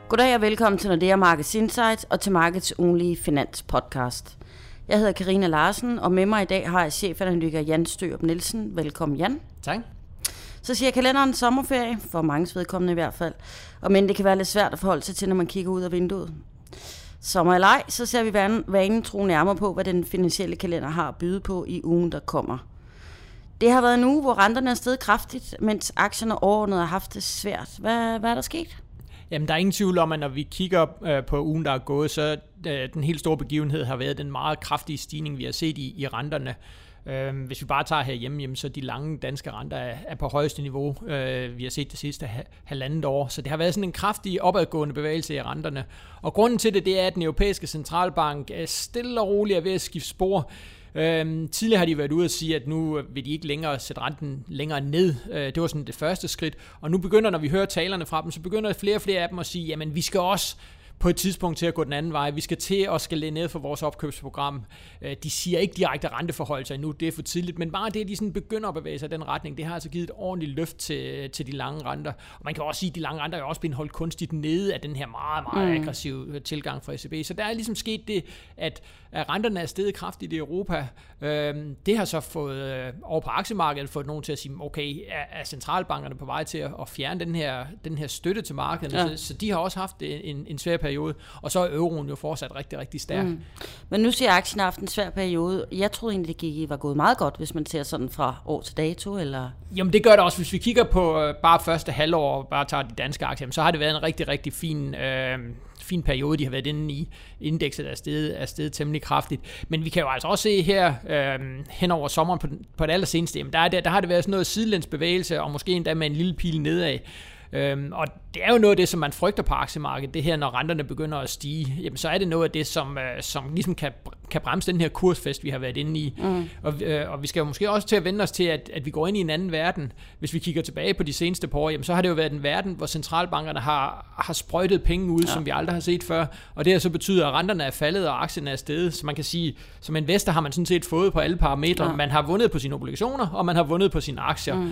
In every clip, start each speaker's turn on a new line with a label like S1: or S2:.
S1: Goddag og velkommen til Nordea Markets Insights og til Markets ugenlige finanspodcast. Jeg hedder Karina Larsen, og med mig i dag har jeg chefanalytiker Jan Størup Nielsen. Velkommen, Jan.
S2: Tak.
S1: Så siger kalenderen sommerferie, for manges vedkommende i hvert fald. Og men det kan være lidt svært at forholde sig til, når man kigger ud af vinduet. Sommer eller ej, så ser vi vanen tro nærmere på, hvad den finansielle kalender har at byde på i ugen, der kommer. Det har været en uge, hvor renterne er steget kraftigt, mens aktierne overordnet har haft det svært. Hvad er der sket?
S2: Jamen, der er ingen tvivl om, at når vi kigger på ugen, der er gået, så den helt store begivenhed har været den meget kraftige stigning, vi har set i renterne. Hvis vi bare tager herhjemme, så de lange danske renter er på højeste niveau, vi har set det sidste halvandet år. Så det har været sådan en kraftig opadgående bevægelse i renterne. Og grunden til det er, at den europæiske centralbank er stille og roligt er ved at skifte spor. Tidligere har de været ude at sige, at nu vil de ikke længere sætte renten længere ned. Det var sådan det første skridt. Og nu begynder, når vi hører talerne fra dem, så begynder flere og flere af dem at sige, jamen vi skal også på et tidspunkt til at gå den anden vej. Vi skal til at skalere ned for vores opkøbsprogram. De siger ikke direkte renteforholdelser endnu, det er for tidligt, men bare det, at de sådan begynder at bevæge sig i den retning, det har altså givet et ordentligt løft til de lange renter. Og man kan også sige, at de lange renter er også blevet holdt kunstigt nede af den her meget, meget aggressive tilgang fra ECB. Så der er ligesom sket det, at renterne er steget kraftigt i Europa. Det har så fået over på aktiemarkedet fået nogen til at sige, okay, er centralbankerne på vej til at fjerne den her støtte til markedet? Ja. Så de har også haft en svær periode, og så er euroen jo fortsat rigtig, rigtig stærk.
S1: Men nu siger aktien har haft en svær periode. Jeg troede egentlig, det var gået meget godt, hvis man ser sådan fra år til dato, eller? Jamen
S2: det gør det også. Hvis vi kigger på bare første halvår, og bare tager de danske aktier, så har det været en rigtig, rigtig fin periode, de har været inde i. Indekset er steget temmelig kraftigt. Men vi kan jo altså også se her hen over sommeren på det allerseneste, jamen der har det været sådan noget sidelænsbevægelse, og måske endda med en lille pil nedad. Og det er jo noget af det, som man frygter på aktiemarkedet, det her, når renterne begynder at stige, jamen, så er det noget af det, som ligesom kan bremse den her kursfest, vi har været inde i. Og vi skal jo måske også til at vende os til, at vi går ind i en anden verden. Hvis vi kigger tilbage på de seneste par år, jamen, så har det jo været en verden, hvor centralbankerne har sprøjtet penge ud, som vi aldrig har set før. Og det har så betyder, at renterne er faldet, og aktierne er steget. Så man kan sige, som investor har man sådan set fået på alle parametre. Ja. Man har vundet på sine obligationer, og man har vundet på sine aktier.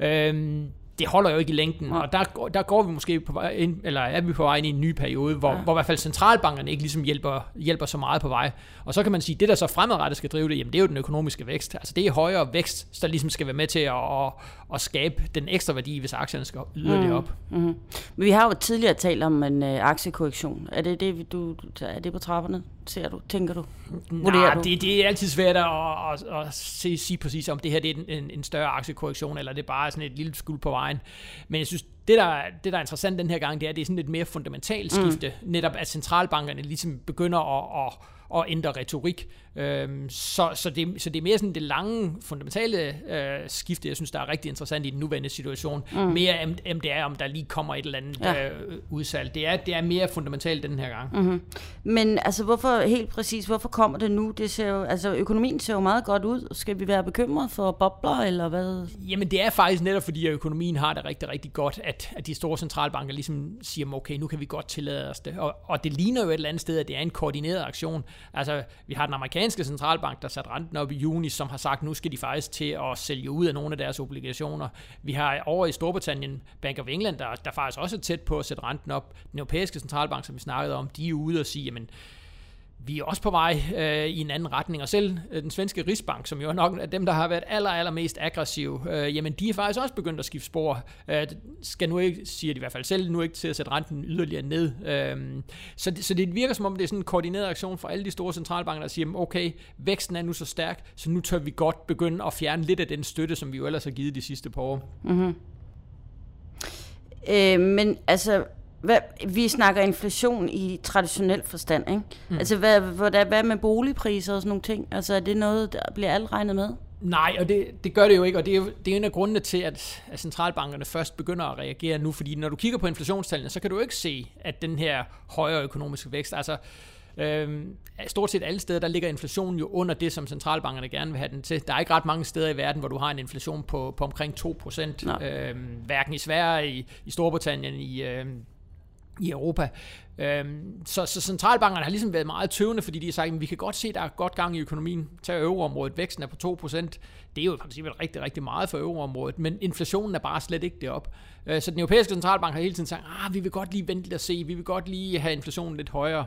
S2: Det holder jo ikke i længden, og der går vi måske på vej ind, eller er vi på vej ind i en ny periode, hvor i hvert fald centralbankerne ikke ligesom hjælper så meget på vej. Og så kan man sige, det der så fremadrettet skal drive det, jamen det er jo den økonomiske vækst. Altså det er højere vækst, der ligesom skal være med til at skabe den ekstra værdi, hvis aktierne skal yderligere op.
S1: Men vi har jo tidligere talt om en aktiekorrektion. Er det på trapperne, tænker du?
S2: Nej, det er altid svært at sige præcis, om det her det er en større aktiekorrektion, eller det er bare sådan et lille skud på vejen. Men jeg synes, det der er interessant den her gang, det er et mere fundamentalt skifte. Netop at centralbankerne ligesom begynder at ændre retorik. Så det er mere sådan det lange, fundamentale skifte, jeg synes, der er rigtig interessant i den nuværende situation. Mere end det er, om der lige kommer et eller andet udsalg. Det er mere fundamentalt den her gang.
S1: Men altså, hvorfor kommer det nu? Det ser jo, altså, økonomien ser jo meget godt ud. Skal vi være bekymret for bobler, eller hvad?
S2: Jamen, det er faktisk netop, fordi økonomien har det rigtig, rigtig godt, at de store centralbanker ligesom siger, okay, nu kan vi godt tillade os det. Og det ligner jo et eller andet sted, at det er en koordineret aktion. Altså, vi har den amerikanske centralbank, der satte renten op i juni, som har sagt, nu skal de faktisk til at sælge ud af nogle af deres obligationer. Vi har over i Storbritannien Bank of England, der faktisk også er tæt på at sætte renten op. Den europæiske centralbank, som vi snakkede om, de er ude og sige, jamen, vi er også på vej i en anden retning, og selv den svenske Rigsbank, som jo er nok af dem, der har været allermest aggressive, jamen de er faktisk også begyndt at skifte spor. Skal nu ikke, siger de i hvert fald selv, nu ikke til at sætte renten yderligere ned. Så det virker som om, det er sådan en koordineret aktion for alle de store centralbanker, der siger, okay, væksten er nu så stærk, så nu tør vi godt begynde at fjerne lidt af den støtte, som vi jo ellers har givet de sidste par år.
S1: Men altså, vi snakker inflation i traditionel forstand, ikke? Altså, hvad med boligpriser og sådan nogle ting? Altså, er det noget, der bliver alt regnet med?
S2: Nej, og det gør det jo ikke, og det er en af grundene til, at centralbankerne først begynder at reagere nu, fordi når du kigger på inflationstallene, så kan du ikke se, at den her højere økonomiske vækst, altså stort set alle steder, der ligger inflationen jo under det, som centralbankerne gerne vil have den til. Der er ikke ret mange steder i verden, hvor du har en inflation på omkring 2%, hverken i Sverige, i Storbritannien, i Europa. Så centralbankerne har ligesom været meget tøvende, fordi de har sagt, at vi kan godt se, at der er godt gang i økonomien. Tag euroområdet, væksten er på 2%. Det er jo i princippet rigtig, rigtig meget for euroområdet, men inflationen er bare slet ikke deroppe. Så den europæiske centralbank har hele tiden sagt, vi vil godt lige vente lidt og se, vi vil godt lige have inflationen lidt højere.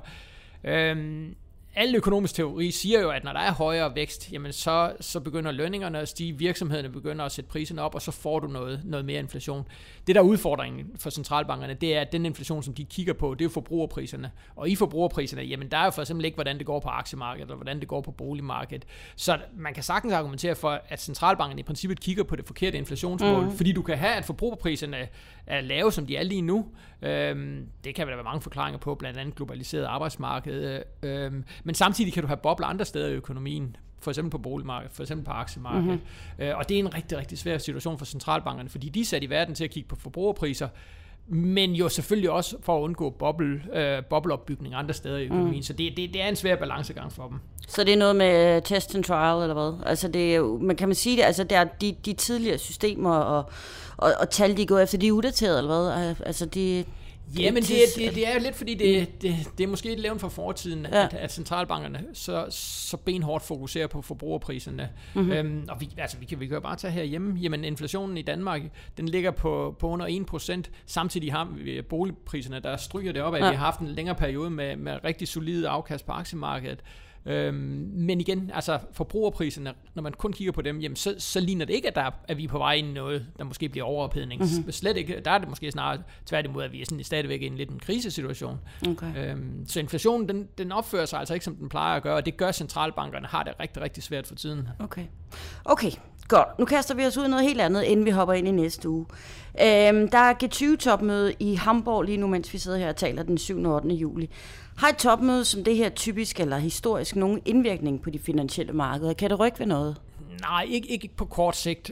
S2: Alle økonomisk teori siger jo, at når der er højere vækst, jamen så begynder lønningerne at stige, virksomhederne begynder at sætte priserne op, og så får du noget mere inflation. Det der er udfordringen for centralbankerne, det er, at den inflation, som de kigger på, det er jo forbrugerpriserne. Og i forbrugerpriserne, jamen der er jo for eksempel ikke, hvordan det går på aktiemarkedet, eller hvordan det går på boligmarkedet. Så man kan sagtens argumentere for, at centralbankerne i princippet kigger på det forkerte inflationsmål, fordi du kan have, at forbrugerpriserne er lave, som de er lige nu. Det kan der være mange forklaringer på, blandt andet globaliseret arbejdsmarked. Men samtidig kan du have bobler andre steder i økonomien, for eksempel på boligmarkedet, for eksempel på aktiemarkedet. Og det er en rigtig, rigtig svær situation for centralbankerne, fordi de er sat i verden til at kigge på forbrugerpriser, men jo selvfølgelig også for at undgå bobleopbygning andre steder i økonomien. Så det er en svær balancegang for dem.
S1: Så det er noget med test and trial, eller hvad? Altså det er jo, man kan man sige det, altså det er de tidligere systemer og tal, de er gået efter, de er udaterede, eller hvad? Altså
S2: Jamen det er jo lidt, fordi det er måske et levn fra fortiden, at centralbankerne så benhårdt fokuserer på forbrugerpriserne. Og vi kan jo bare tage herhjemme. Jamen inflationen i Danmark, den ligger på under 1%. Samtidig har vi boligpriserne, der stryger det op, at vi har haft en længere periode med rigtig solide afkast på aktiemarkedet. Men igen, altså forbrugerpriserne, når man kun kigger på dem, jamen, så ligner det ikke, at vi er på vej ind i noget, der måske bliver overophedning. Slet ikke. Der er det måske snart tværtimod, at vi er sådan stadigvæk i en krisesituation. Okay. Så inflationen, den opfører sig altså ikke, som den plejer at gøre, og det gør centralbankerne, har det rigtig, rigtig svært for tiden.
S1: Okay. Godt. Nu kaster vi os ud i noget helt andet, inden vi hopper ind i næste uge. Der er G20-topmøde i Hamburg lige nu, mens vi sidder her og taler den 7. og 8. juli. Har et topmøde som det her typisk eller historisk nogen indvirkning på de finansielle markeder? Kan det rykke ved noget?
S2: Nej, ikke på kort sigt.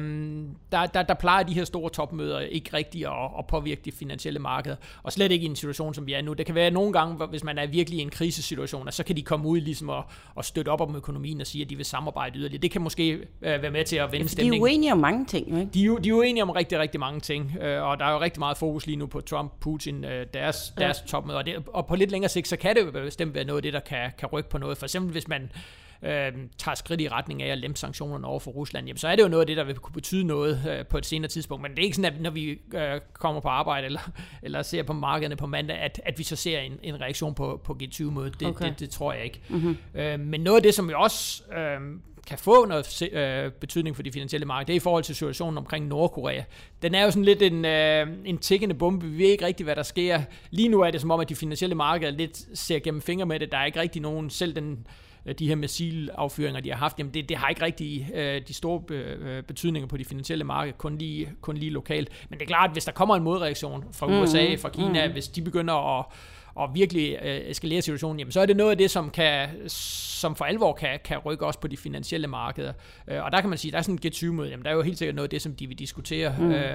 S2: Der plejer de her store topmøder ikke rigtigt at påvirke de finansielle markeder, og slet ikke i en situation, som vi er nu. Det kan være nogle gange, hvis man er virkelig i en krisesituation, så kan de komme ud ligesom og støtte op om økonomien og sige, at de vil samarbejde yderligere. Det kan måske være med til at vende stemningen.
S1: De er uenige om mange ting, ikke?
S2: De er uenige om rigtig, rigtig mange ting, og der er jo rigtig meget fokus lige nu på Trump, Putin, deres topmøder, og på lidt længere sigt, så kan det jo bestemt være noget af det, der kan rykke på noget. For eksempel, hvis man tager skridt i retning af at lempe sanktionerne over for Rusland, jamen, så er det jo noget af det, der vil kunne betyde noget på et senere tidspunkt. Men det er ikke sådan, at når vi kommer på arbejde eller ser på markederne på mandag, at vi så ser en reaktion på G20-mødet. Det tror jeg ikke. Men noget af det, som vi også kan få noget betydning for de finansielle markeder, det er i forhold til situationen omkring Nordkorea. Den er jo sådan lidt en tikkende bombe. Vi ved ikke rigtig, hvad der sker. Lige nu er det som om, at de finansielle markeder lidt ser gennem fingre med det. Der er ikke rigtig nogen, selv de her missilaffyringer, de har haft, jamen det har ikke rigtig de store betydninger på de finansielle markeder, kun lige lokalt. Men det er klart, at hvis der kommer en modreaktion fra USA, fra Kina, hvis de begynder at virkelig eskalere situationen, jamen så er det noget af det, som for alvor kan rykke også på de finansielle markeder. Og der kan man sige, der er sådan en G20-møde, jamen der er jo helt sikkert noget af det, som de vil diskutere.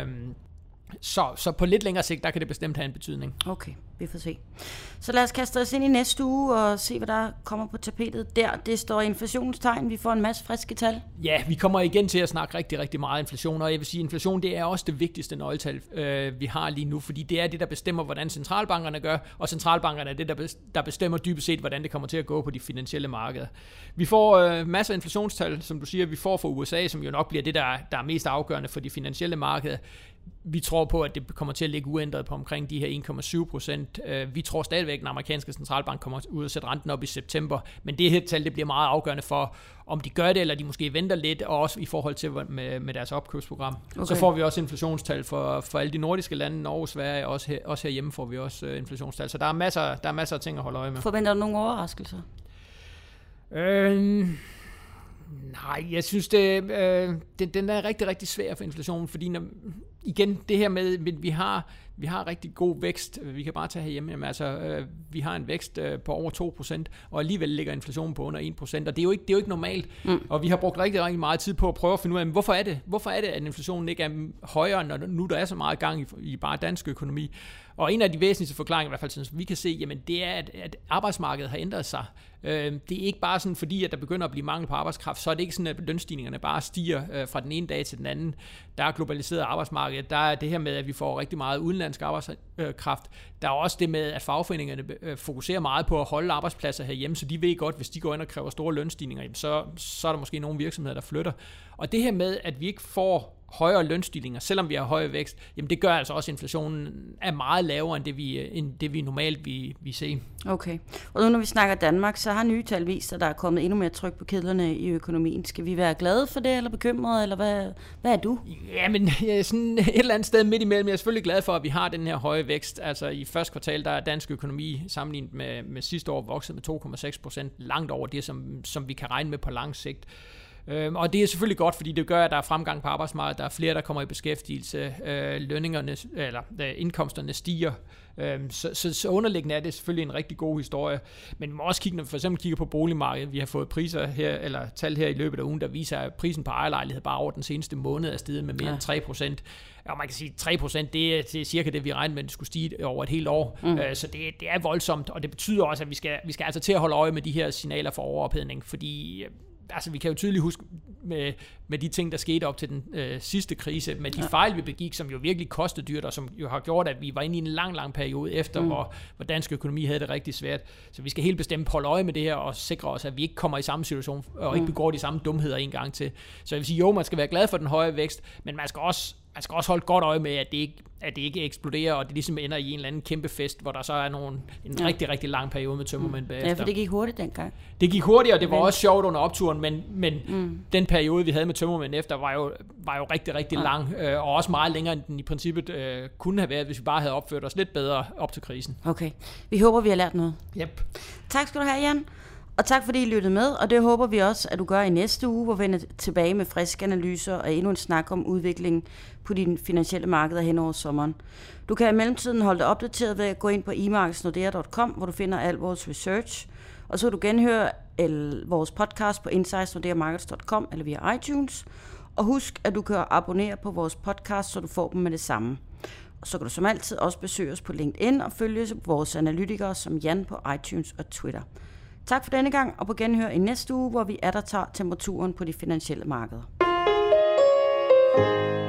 S2: Så på lidt længere sigt, der kan det bestemt have en betydning.
S1: Okay, vi får se. Så lad os kaste os ind i næste uge og se, hvad der kommer på tapetet der. Det står inflationstegn. Vi får en masse friske tal.
S2: Ja, vi kommer igen til at snakke rigtig, rigtig meget inflation. Og jeg vil sige, at inflation, det er også det vigtigste nøgletal, vi har lige nu. Fordi det er det, der bestemmer, hvordan centralbankerne gør. Og centralbankerne er det, der bestemmer dybest set, hvordan det kommer til at gå på de finansielle markeder. Vi får masser af inflationstal, som du siger, vi får fra USA, som jo nok bliver det, der er mest afgørende for de finansielle markeder. Vi tror på, at det kommer til at ligge uændret på omkring de her 1,7%. Vi tror stadigvæk, at den amerikanske centralbank kommer ud og sætte renten op i september, men det her tal, det bliver meget afgørende for, om de gør det, eller de måske venter lidt, og også i forhold til med deres opkøbsprogram. Okay. Så får vi også inflationstal for alle de nordiske lande, Norge og Sverige, også herhjemme får vi også inflationstal. Så der er masser af ting at holde øje med.
S1: Forventer du nogle overraskelser?
S2: Nej, jeg synes, den er rigtig, rigtig svær for inflationen, fordi igen, det her med, at vi har rigtig god vækst. Vi kan bare tage herhjemme. Jamen, altså, vi har en vækst på over 2%, og alligevel ligger inflationen på under 1%, og det er jo ikke normalt. Og vi har brugt rigtig, rigtig meget tid på at prøve at finde ud af, hvorfor er det, at inflationen ikke er højere, når nu der er så meget gang i bare dansk økonomi. Og en af de væsentligste forklaringer, i hvert fald som vi kan se, jamen, det er, at arbejdsmarkedet har ændret sig. Det er ikke bare sådan, fordi at der begynder at blive mangel på arbejdskraft, så er det ikke sådan, at lønstigningerne bare stiger fra den ene dag til den anden. Der er globaliseret arbejdsmarked, der er det her med, at vi får rigtig meget udenlandsk udenlandsk arbejdskraft. Der er også det med, at fagforeningerne fokuserer meget på at holde arbejdspladser herhjemme, så de ved godt, hvis de går ind og kræver store lønstigninger, så er der måske nogle virksomheder, der flytter. Og det her med, at vi ikke får højere lønstigninger, selvom vi har højere vækst, jamen det gør altså også, at inflationen er meget lavere end det vi normalt vi ser.
S1: Okay. Og nu når vi snakker Danmark, så har nye tal vist, at der er kommet endnu mere tryk på kedlerne i økonomien. Skal vi være glade for det, eller bekymrede, eller hvad er du?
S2: Jamen, sådan et eller andet sted midt imellem. Jeg er selvfølgelig glad for, at vi har den her høje vækst. Altså i første kvartal, der er dansk økonomi sammenlignet med sidste år vokset med 2,6%, langt over det, som vi kan regne med på lang sigt. Og det er selvfølgelig godt, fordi det gør, at der er fremgang på arbejdsmarkedet, der er flere, der kommer i beskæftigelse, lønningerne eller indkomsterne stiger. Så underliggende er det selvfølgelig en rigtig god historie. Men vi må også kigge, når vi for eksempel kigger på boligmarkedet. Vi har fået priser her, eller tal her i løbet af ugen, der viser, at prisen på ejerlejlighed bare over den seneste måned er steget med mere end 3%. Og man kan sige, 3% det er cirka det, vi regner med, at det skulle stige over et helt år. Så det er voldsomt, og det betyder også, at vi skal altså til at holde øje med de her signaler for overophedning, fordi altså, vi kan jo tydeligt huske med de ting, der skete op til den sidste krise, med de fejl, vi begik, som jo virkelig kostede dyrt, og som jo har gjort, at vi var inde i en lang periode efter, hvor dansk økonomi havde det rigtig svært. Så vi skal helt bestemt holde øje med det her, og sikre os, at vi ikke kommer i samme situation, og ikke begår de samme dumheder en gang til. Så jeg vil sige, jo, man skal være glad for den høje vækst, men man skal også holde godt øje med, at det ikke eksploderer, og det ligesom ender i en eller anden kæmpe fest, hvor der så er en rigtig, rigtig lang periode med tømmermænd bagefter.
S1: Ja, for det gik hurtigt dengang.
S2: Det gik hurtigt, og det var også sjovt under opturen, men den periode, vi havde med tømmermænd efter, var jo rigtig, rigtig lang, og også meget længere, end den i princippet kunne have været, hvis vi bare havde opført os lidt bedre op til krisen.
S1: Okay. Vi håber, vi har lært noget.
S2: Yep.
S1: Tak skal du have, Jan. Og tak fordi I lyttede med, og det håber vi også, at du gør i næste uge, hvor vi vender tilbage med friske analyser og endnu en snak om udviklingen på de finansielle markeder hen over sommeren. Du kan i mellemtiden holde dig opdateret ved at gå ind på emarketsnordea.com, hvor du finder al vores research. Og så kan du genhøre vores podcast på insightsnordeamarkets.com eller via iTunes. Og husk, at du kan abonnere på vores podcast, så du får dem med det samme. Og så kan du som altid også besøge os på LinkedIn og følge vores analytikere som Jan på iTunes og Twitter. Tak for denne gang, og på genhør i næste uge, hvor vi tager temperaturen på de finansielle markeder.